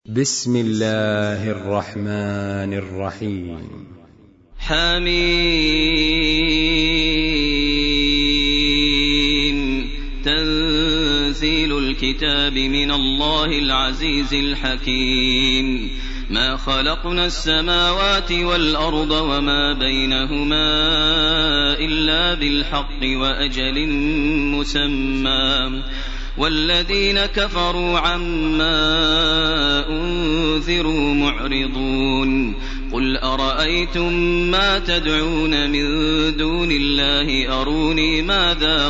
بسم الله الرحمن الرحيم. حميم. تنزيل الكتاب من الله العزيز الحكيم. ما خلقنا السماوات والأرض وما بينهما إلا بالحق وأجل مسمى، والذين كفروا عما أنذروا معرضون. قل أرأيتم ما تدعون من دون الله أروني ماذا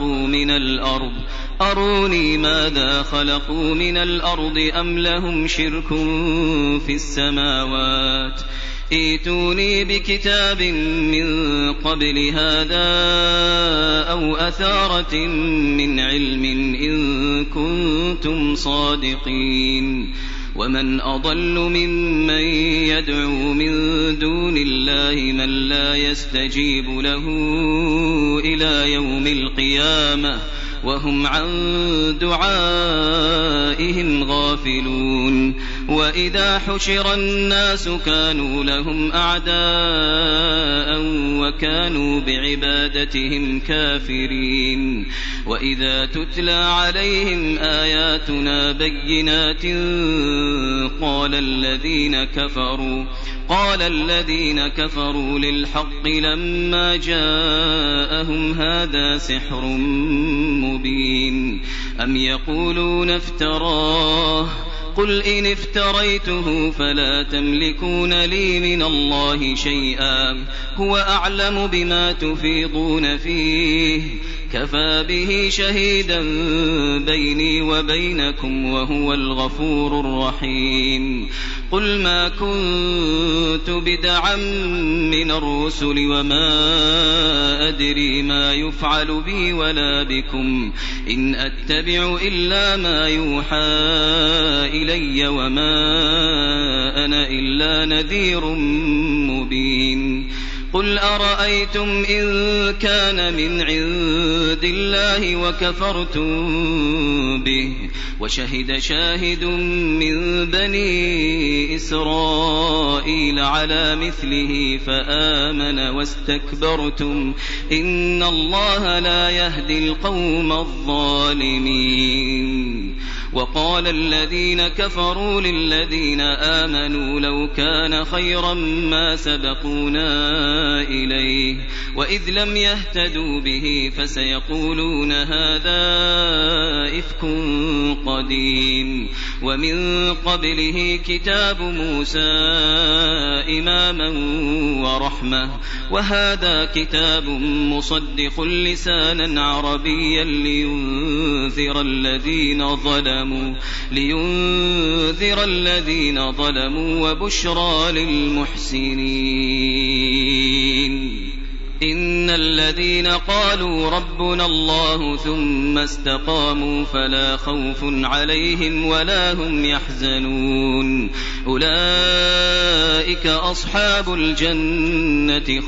خلقوا من الأرض أم لهم شرك في السماوات. ائتوني بكتاب من قبل هذا أو أثارة من علم إن كنتم صادقين. ومن أضل ممن يدعو من دون الله من لا يستجيب له إلى يوم القيامة وهم عن دعائهم غافلون. وإذا حشر الناس كانوا لهم أعداء وكانوا بعبادتهم كافرين. وإذا تتلى عليهم آياتنا بينات قال الذين كفروا للحق لما جاءهم هذا سحر مبين. أم يقولون افتراه قل إن افتريته فلا تملكون لي من الله شيئا هو أعلم بما تفيضون فيه كفى به شهيدا بيني وبينكم وهو الغفور الرحيم. قل ما كنت بدعا من الرسل وما أدري ما يفعل بي ولا بكم إن أتبع إلا ما يوحى إلي وما أنا إلا نذير مبين. قل أرأيتم إن كان من عند الله وكفرتم به وشهد شاهد من بني إسرائيل على مثله فآمن واستكبرتم إن الله لا يهدي القوم الظالمين. وقال الذين كفروا للذين آمنوا لو كان خيرا ما سبقونا إليه وإذ لم يهتدوا به فسيقولون هذا إفك قديم. ومن قبله كتاب موسى إماما ورحمة ورهذا كتاب مصدق لسانا عربيا لينذر الذين ظلموا وبشرى للمحسنين. إن الذين قالوا ربنا الله ثم استقاموا فلا خوف عليهم ولا هم يحزنون أولئك أصحاب الجنة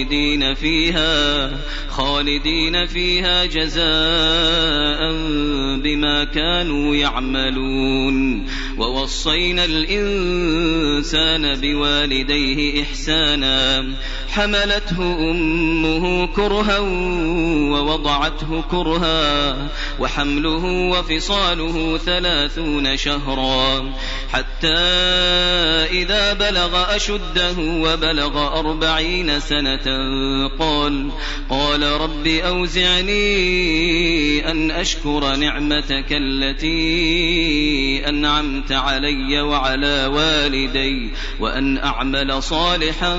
خالدين فيها جزاء بما كانوا يعملون. ووصينا الإنسان بوالديه إحسانا حملته أمه كرها ووضعته كرها وحمله وفصاله 30 شهرا حتى إذا بلغ أشده وبلغ 40 سنة قال رب أوزعني أن أشكر نعمتك التي أنعمت علي وعلى والدي وأن أعمل صالحا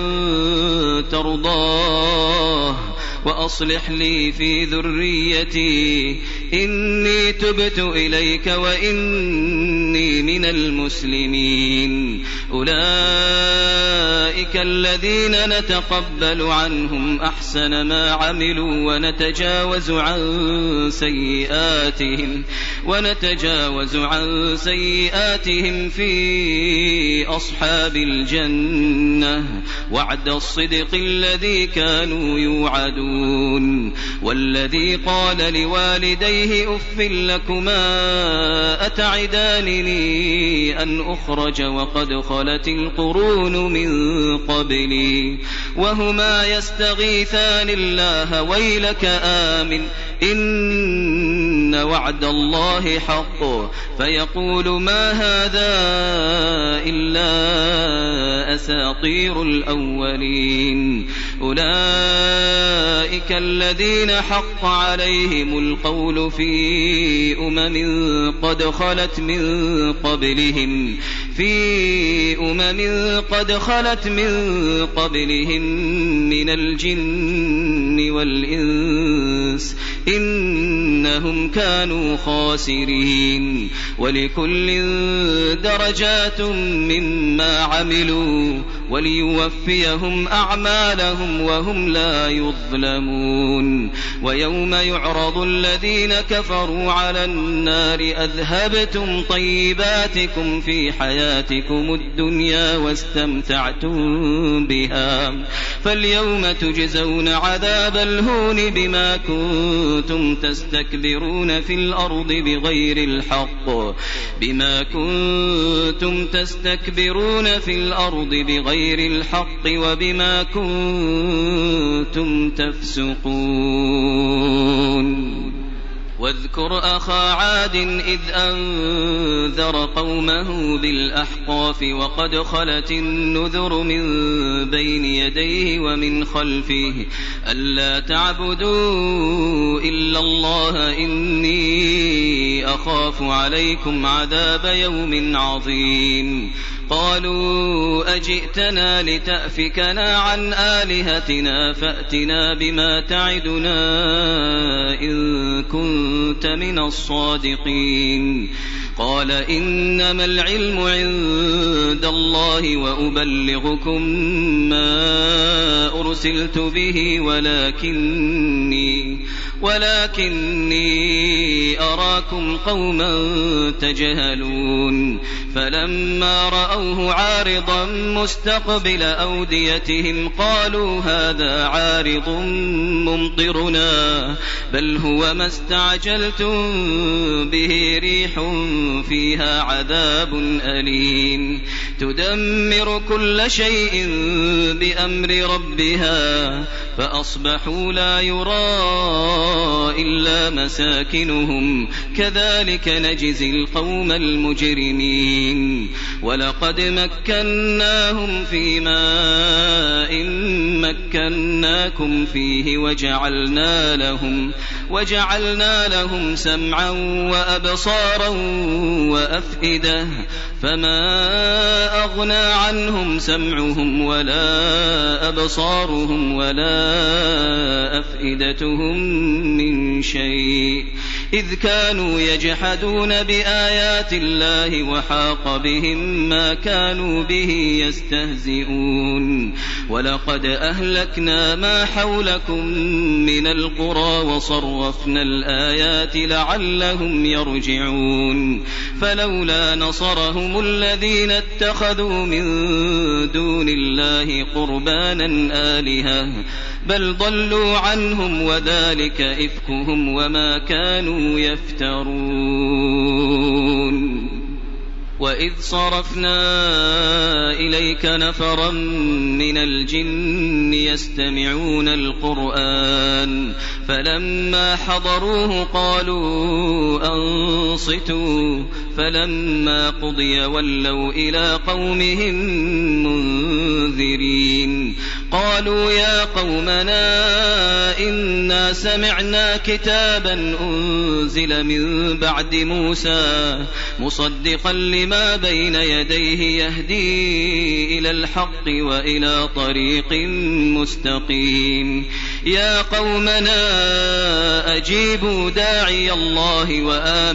ترضاه وأصلح لي في ذريتي إني تبت إليك وإني من المسلمين. أولئك الذين نتقبل عنهم أحسن ما عملوا ونتجاوز عن سيئاتهم في أصحاب الجنة وعد الصدق الذي كانوا يوعدون. والذي قال لوالديه أف لكما أتعدانني أن أخرج وقد خلت القرون من قبلي وهما يستغيثان الله ويلك آمن إن وعد الله حق فيقول ما هذا إلا أساطير الأولين أولئك الذين حق عليهم القول في قد خلت من قبلهم من الجن والإنس إنهم كانوا خاسرين ولكل درجات مما عملوا وليوفيهم أعمالهم وهم لا يظلمون ويوم يعرض الذين كفروا على النار أذهبتم طيباتكم في حياتكم الدنيا واستمتعتم بها فاليوم تجزون عذاب الهون بما كنتم تستكبرون في الأرض بغير الحق وبما كنتم تفسقون واذكر أخا عاد إذ أنذر قومه بالأحقاف وقد خلت النذر من بين يديه ومن خلفه ألا تعبدوا إلا الله إني أخاف عليكم عذاب يوم عظيم قالوا أجئتنا لتأفكنا عن آلهتنا فأتنا بما تعدنا إن كنت من الصادقين قال إنما العلم عند الله وأبلغكم ما أرسلت به ولكني أراكم قوما تجهلون فلما رأوه عارضا مستقبل أوديتهم قالوا هذا عارض ممطرنا بل هو ما استعجلتم به ريح فيها عذاب أليم تدمر كل شيء بأمر ربها فأصبحوا لا يرى إلا مساكنهم كذلك نجزي القوم المجرمين ولقد مكناهم في ماء مكناكم فيه وجعلنا لهم سمعا وأبصارا وأفئدة فما أغنى عنهم سمعهم ولا أبصارهم ولا أفئدتهم من شيء إذ كانوا يجحدون بآيات الله وحاق بهم ما كانوا به يستهزئون ولقد أهلكنا ما حولكم من القرى وصرفنا الآيات لعلهم يرجعون فلولا نصرهم الذين اتخذوا من دون الله قربانا آلهة بل ضلوا عنهم وذلك إفكهم وما كانوا يفترون وإذ صرفنا إليك نفرا من الجن يستمعون القرآن فلما حضروه قالوا أنصتوا فلما قضي ولوا إلى قومهم منذرين قالوا يا قومنا إنا سمعنا كتابا أنزل من بعد موسى مصدقا لما بين يديه يهدي إلى الحق وإلى طريق مستقيم يا قومنا أجيبوا داعي الله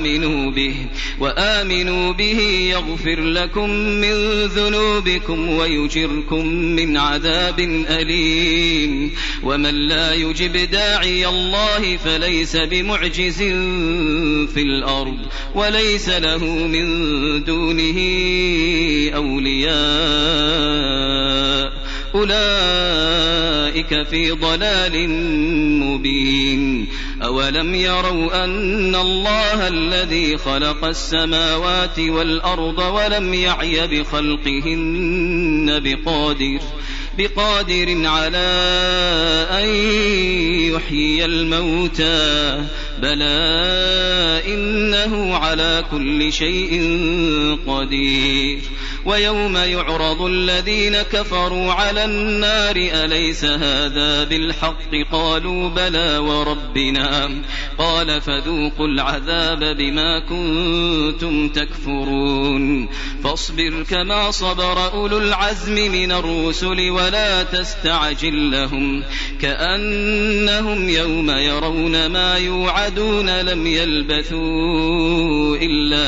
وآمنوا به يغفر لكم من ذنوبكم ويجركم من عذاب أليم ومن لا يجب داعي الله فليس بمعجز في الأرض وليس له من دونه أولياء أولئك أولئك في ضلال مبين أولم يروا أن الله الذي خلق السماوات والأرض ولم يعي بخلقهن بقادر على أن يحيي الموتى بلى إنه على كل شيء قدير ويوم يعرض الذين كفروا على النار أليس هذا بالحق قالوا بلى وربنا قال فذوقوا العذاب بما كنتم تكفرون فاصبر كما صبر أولو العزم من الرسل ولا تستعجل لهم كأنهم يوم يرون ما يوعدون لم يلبثوا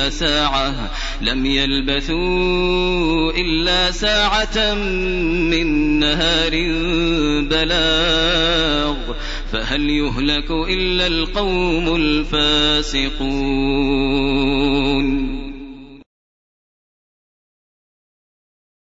إلا ساعة من نهار بلاغ فهل يهلك إلا القوم الفاسقون